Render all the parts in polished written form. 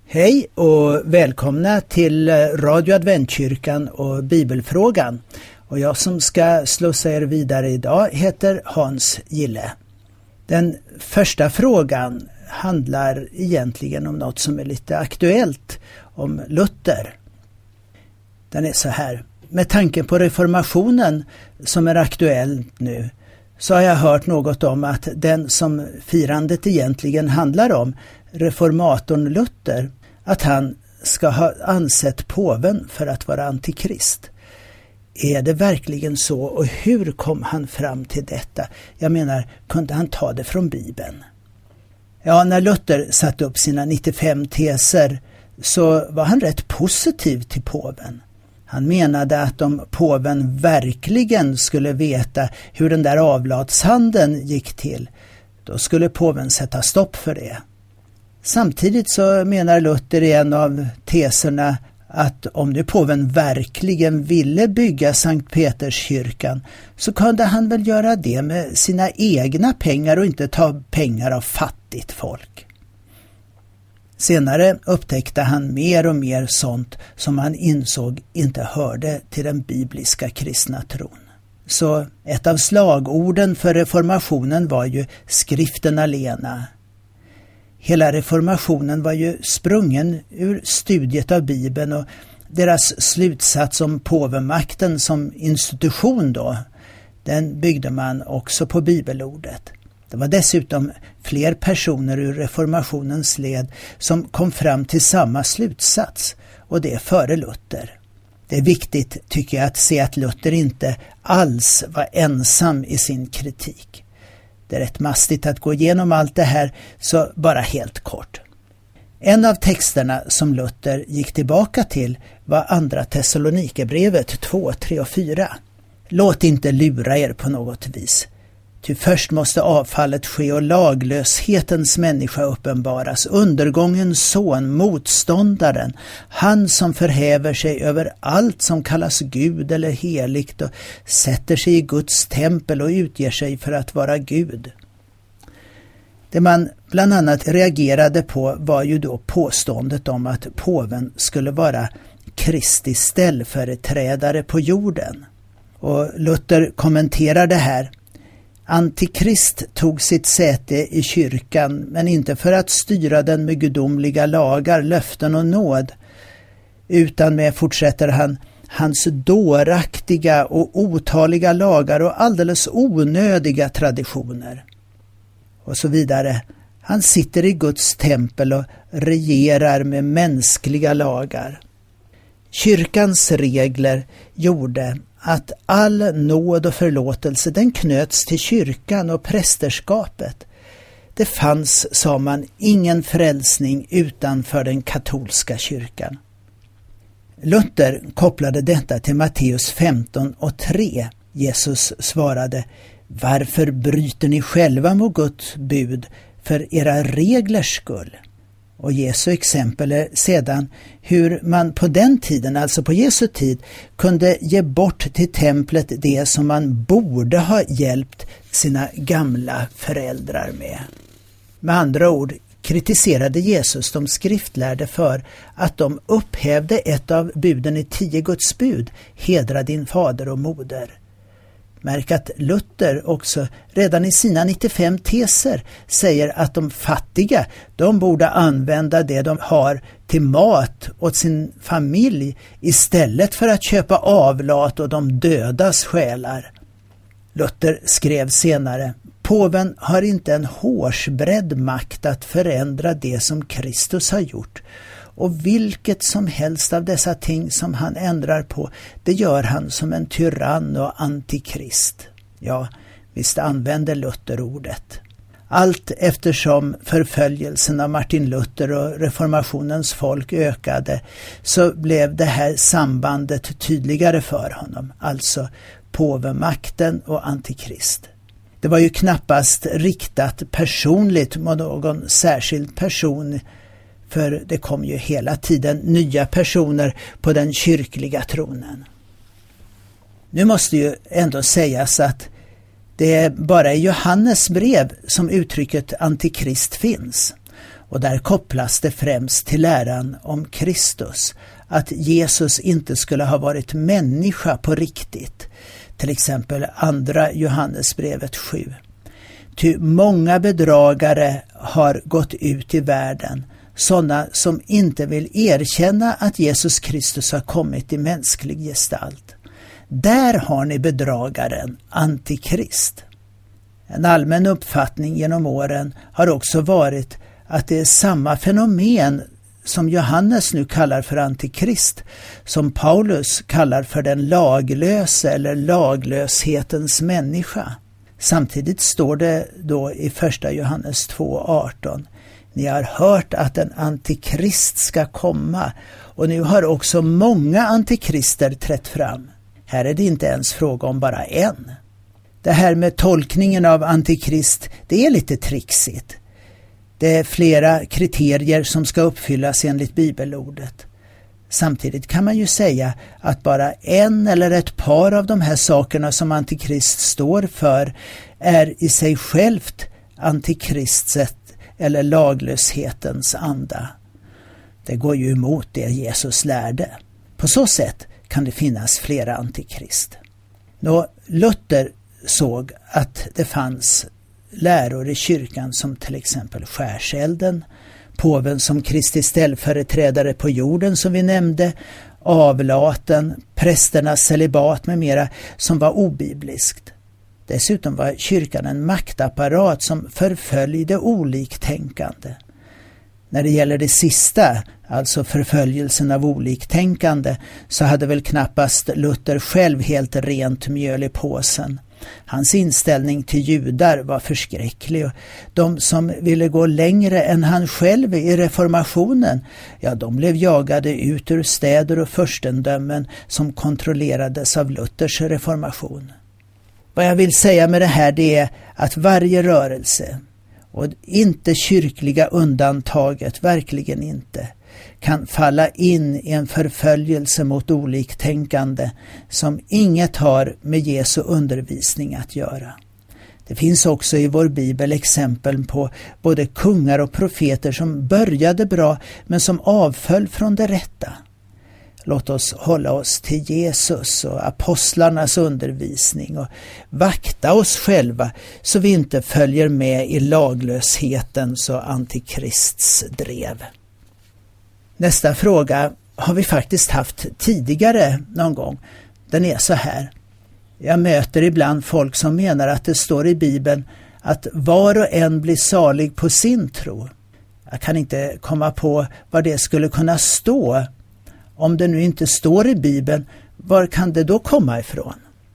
Hej och välkomna till Radio Adventkyrkan och Bibelfrågan. Och jag som ska slussa er vidare idag heter Hans Gille. Den första frågan handlar egentligen om något som är lite aktuellt, om Luther. Den är så här: med tanke på reformationen som är aktuell nu, så har jag hört något om att den som firandet egentligen handlar om, reformatorn Luther, att han ska ha ansett påven för att vara antikrist. Är det verkligen så, och hur kom han fram till detta? Jag menar, kunde han ta det från Bibeln? Ja, när Luther satte upp sina 95 teser så var han rätt positiv till påven. Han menade att om påven verkligen skulle veta hur den där avlatshandeln gick till, då skulle påven sätta stopp för det. Samtidigt så menar Luther i en av teserna att om nu påven verkligen ville bygga Sankt Peterskyrkan, så kunde han väl göra det med sina egna pengar och inte ta pengar av fattigt folk. Senare upptäckte han mer och mer sånt som han insåg inte hörde till den bibliska kristna tron. Så ett av slagorden för reformationen var ju skriften alena. Hela reformationen var ju sprungen ur studiet av Bibeln, och deras slutsats om påvemakten som institution då, den byggde man också på bibelordet. Det var dessutom fler personer ur reformationens led som kom fram till samma slutsats, och det före Luther. Det är viktigt, tycker jag, att se att Luther inte alls var ensam i sin kritik. Det är rätt mastigt att gå igenom allt det här, så bara helt kort. En av texterna som Luther gick tillbaka till var andra Thessalonikerbrevet 2, 3 och 4. Låt inte lura er på något vis. Ty först måste avfallet ske och laglöshetens människa uppenbaras, undergångens son, motståndaren, han som förhäver sig över allt som kallas Gud eller heligt och sätter sig i Guds tempel och utger sig för att vara Gud. Det man bland annat reagerade på var ju då påståendet om att påven skulle vara Kristi ställföreträdare på jorden. Och Luther kommenterar det här. Antikrist tog sitt säte i kyrkan, men inte för att styra den med gudomliga lagar, löften och nåd, utan med, fortsätter han, hans dåraktiga och otaliga lagar och alldeles onödiga traditioner. Och så vidare. Han sitter i Guds tempel och regerar med mänskliga lagar. Kyrkans regler gjorde att all nåd och förlåtelse, den knöts till kyrkan och prästerskapet. Det fanns, sa man, ingen frälsning utanför den katolska kyrkan. Luther kopplade detta till Matteus 15 och 3. Jesus svarade: varför bryter ni själva mot Guds bud för era reglers skull? Och Jesu exempel är sedan hur man på den tiden, alltså på Jesu tid, kunde ge bort till templet det som man borde ha hjälpt sina gamla föräldrar med. Med andra ord kritiserade Jesus de skriftlärde för att de upphävde ett av buden i 10 Guds bud, hedra din fader och moder. Märk att Luther också redan i sina 95 teser säger att de fattiga, de borde använda det de har till mat åt sin familj istället för att köpa avlat och de dödas själar. Luther skrev senare: påven har inte en hårsbredd makt att förändra det som Kristus har gjort, och vilket som helst av dessa ting som han ändrar på, det gör han som en tyrann och antikrist. Ja, visst använder Luther ordet. Allt eftersom förföljelsen av Martin Luther och reformationens folk ökade, så blev det här sambandet tydligare för honom, alltså påvemakten och antikrist. Det var ju knappast riktat personligt mot någon särskild person, för det kom ju hela tiden nya personer på den kyrkliga tronen. Nu måste ju ändå sägas att det är bara i Johannes brev som uttrycket antikrist finns. Och där kopplas det främst till läran om Kristus, att Jesus inte skulle ha varit människa på riktigt. Till exempel andra Johannesbrevet 7. Ty många bedragare har gått ut i världen, sådana som inte vill erkänna att Jesus Kristus har kommit i mänsklig gestalt. Där har ni bedragaren, antikrist. En allmän uppfattning genom åren har också varit att det är samma fenomen som Johannes nu kallar för antikrist, som Paulus kallar för den laglöse eller laglöshetens människa. Samtidigt står det då i 1 Johannes 2:18: ni har hört att en antikrist ska komma, och nu har också många antikrister trätt fram. Här är det inte ens fråga om bara en. Det här med tolkningen av antikrist, det är lite trixigt. Det är flera kriterier som ska uppfyllas enligt bibelordet. Samtidigt kan man ju säga att bara en eller ett par av de här sakerna som antikrist står för är i sig självt antikristset eller laglöshetens anda. Det går ju emot det Jesus lärde. På så sätt kan det finnas flera antikrist. Luther såg att det fanns läror i kyrkan som till exempel skärselden, påven som Kristi ställföreträdare på jorden som vi nämnde, avlaten, prästernas celibat med mera som var obibliskt. Dessutom var kyrkan en maktapparat som förföljde oliktänkande. När det gäller det sista, alltså förföljelsen av oliktänkande, så hade väl knappast Luther själv helt rent mjöl i påsen. Hans inställning till judar var förskräcklig, och de som ville gå längre än han själv i reformationen, ja, de blev jagade ut ur städer och furstendömen som kontrollerades av Luthers reformation. Vad jag vill säga med det här, det är att varje rörelse, och inte kyrkliga undantaget, verkligen inte, kan falla in i en förföljelse mot oliktänkande som inget har med Jesu undervisning att göra. Det finns också i vår bibel exempel på både kungar och profeter som började bra men som avföll från det rätta. Låt oss hålla oss till Jesus och apostlarnas undervisning och vakta oss själva så vi inte följer med i laglöshetens och antikrists drev. Nästa fråga har vi faktiskt haft tidigare någon gång. Den är så här. Jag möter ibland folk som menar att det står i Bibeln att var och en blir salig på sin tro. Jag kan inte komma på vad det skulle kunna stå. Om det nu inte står i Bibeln, var kan det då komma ifrån?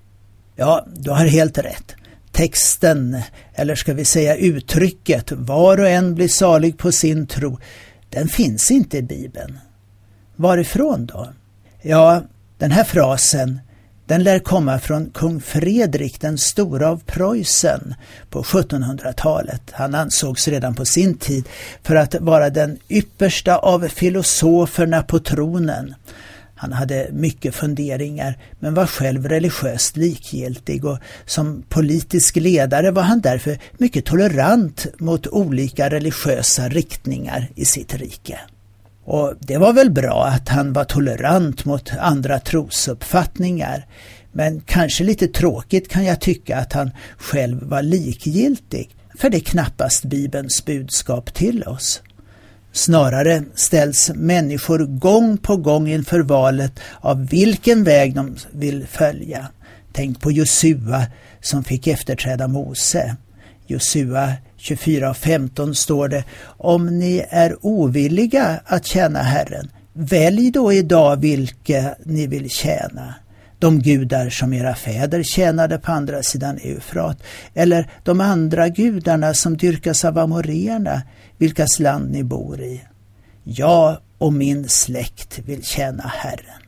Ja, du har helt rätt. Texten, eller ska vi säga uttrycket, var och en blir salig på sin tro, den finns inte i Bibeln. Varifrån då? Ja, den här frasen, den lär komma från kung Fredrik den stora av Preussen på 1700-talet. Han ansågs redan på sin tid för att vara den yppersta av filosoferna på tronen. Han hade mycket funderingar men var själv religiöst likgiltig, och som politisk ledare var han därför mycket tolerant mot olika religiösa riktningar i sitt rike. Och det var väl bra att han var tolerant mot andra trosuppfattningar, men kanske lite tråkigt kan jag tycka att han själv var likgiltig, för det är knappast Bibelns budskap till oss. Snarare ställs människor gång på gång inför valet av vilken väg de vill följa. Tänk på Josua som fick efterträda Mose. Josua 24:15 står det: om ni är ovilliga att tjäna Herren, välj då idag vilka ni vill tjäna. De gudar som era fäder tjänade på andra sidan Eufrat, eller de andra gudarna som dyrkas av amoreerna, vilkas land ni bor i. Jag och min släkt vill tjäna Herren.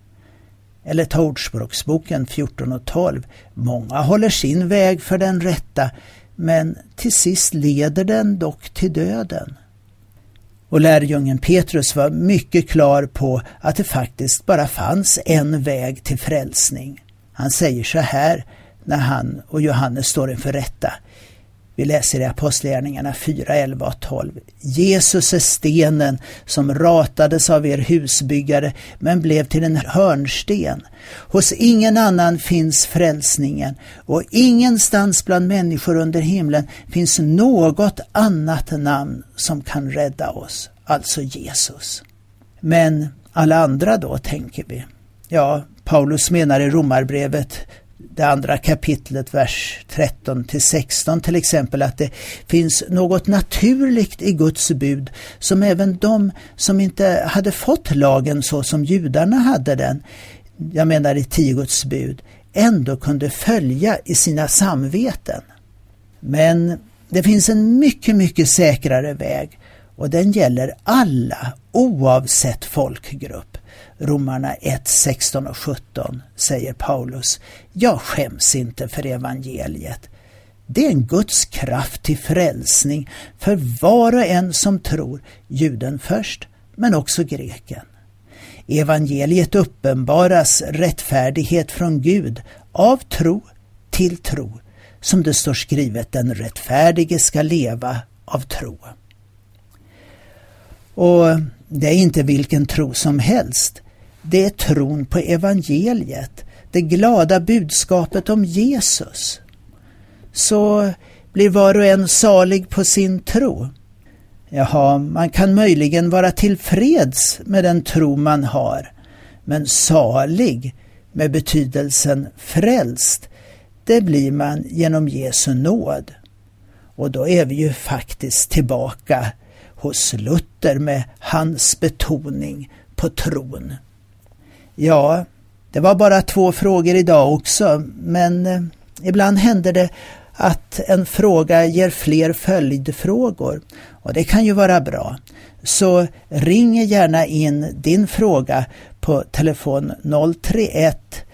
Eller ta Ordspråksboken 14:12. Många håller sin väg för den rätta, men till sist leder den dock till döden. Och lärjungen Petrus var mycket klar på att det faktiskt bara fanns en väg till frälsning. Han säger så här när han och Johannes står inför rätta: Vi läser i Apostlagärningarna 4, 11 och 12. Jesus är stenen som ratades av er husbyggare men blev till en hörnsten. Hos ingen annan finns frälsningen och ingenstans bland människor under himlen finns något annat namn som kan rädda oss. Alltså Jesus. Men alla andra då, tänker vi. Ja, Paulus menar i Romarbrevet, det andra kapitlet, vers 13-16 till exempel, att det finns något naturligt i Guds bud som även de som inte hade fått lagen så som judarna hade den, jag menar i 10 Guds bud, ändå kunde följa i sina samveten. Men det finns en mycket, mycket säkrare väg och den gäller alla oavsett folkgrupp. Romarna 1, 16 och 17 säger Paulus: jag skäms inte för evangeliet. Det är en Guds kraft till frälsning för var och en som tror, juden först men också greken. Evangeliet uppenbaras rättfärdighet från Gud av tro till tro. Som det står skrivet, den rättfärdige ska leva av tro. Och det är inte vilken tro som helst. Det är tron på evangeliet, det glada budskapet om Jesus. Så blir var och en salig på sin tro. Jaha, man kan möjligen vara tillfreds med den tro man har. Men salig, med betydelsen frälst, det blir man genom Jesu nåd. Och då är vi ju faktiskt tillbaka hos Luther med hans betoning på tron. Ja, det var bara 2 frågor idag också, men ibland händer det att en fråga ger fler följdfrågor och det kan ju vara bra. Så ring gärna in din fråga på telefon 031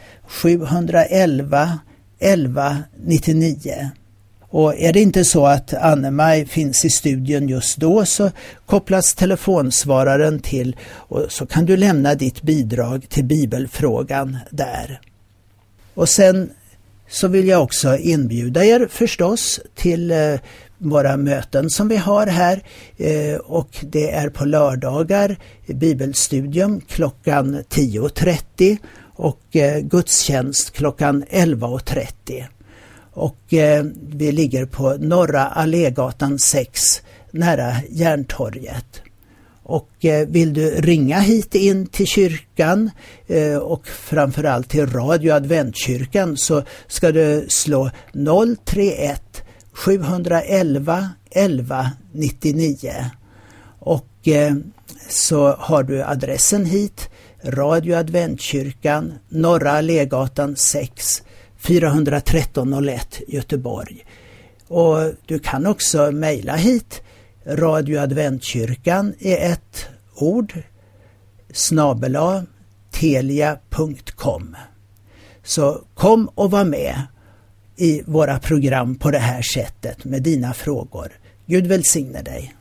711 11 99. Och är det inte så att Anne-Maj finns i studion just då, så kopplas telefonsvararen till och så kan du lämna ditt bidrag till bibelfrågan där. Och sen så vill jag också inbjuda er förstås till våra möten som vi har här, och det är på lördagar bibelstudium klockan 10.30 och gudstjänst klockan 11.30. Och vi ligger på Norra Allégatan 6 nära Järntorget. Och vill du ringa hit in till kyrkan och framförallt till Radio Adventkyrkan, så ska du slå 031 711 11 99. Och så har du adressen hit, Radio Adventkyrkan, Norra Allégatan 6, 41301 Göteborg. Och du kan också mejla hit, radioadventkyrkan i ett ord @telia.com. Så kom och var med i våra program på det här sättet med dina frågor. Gud välsigne dig.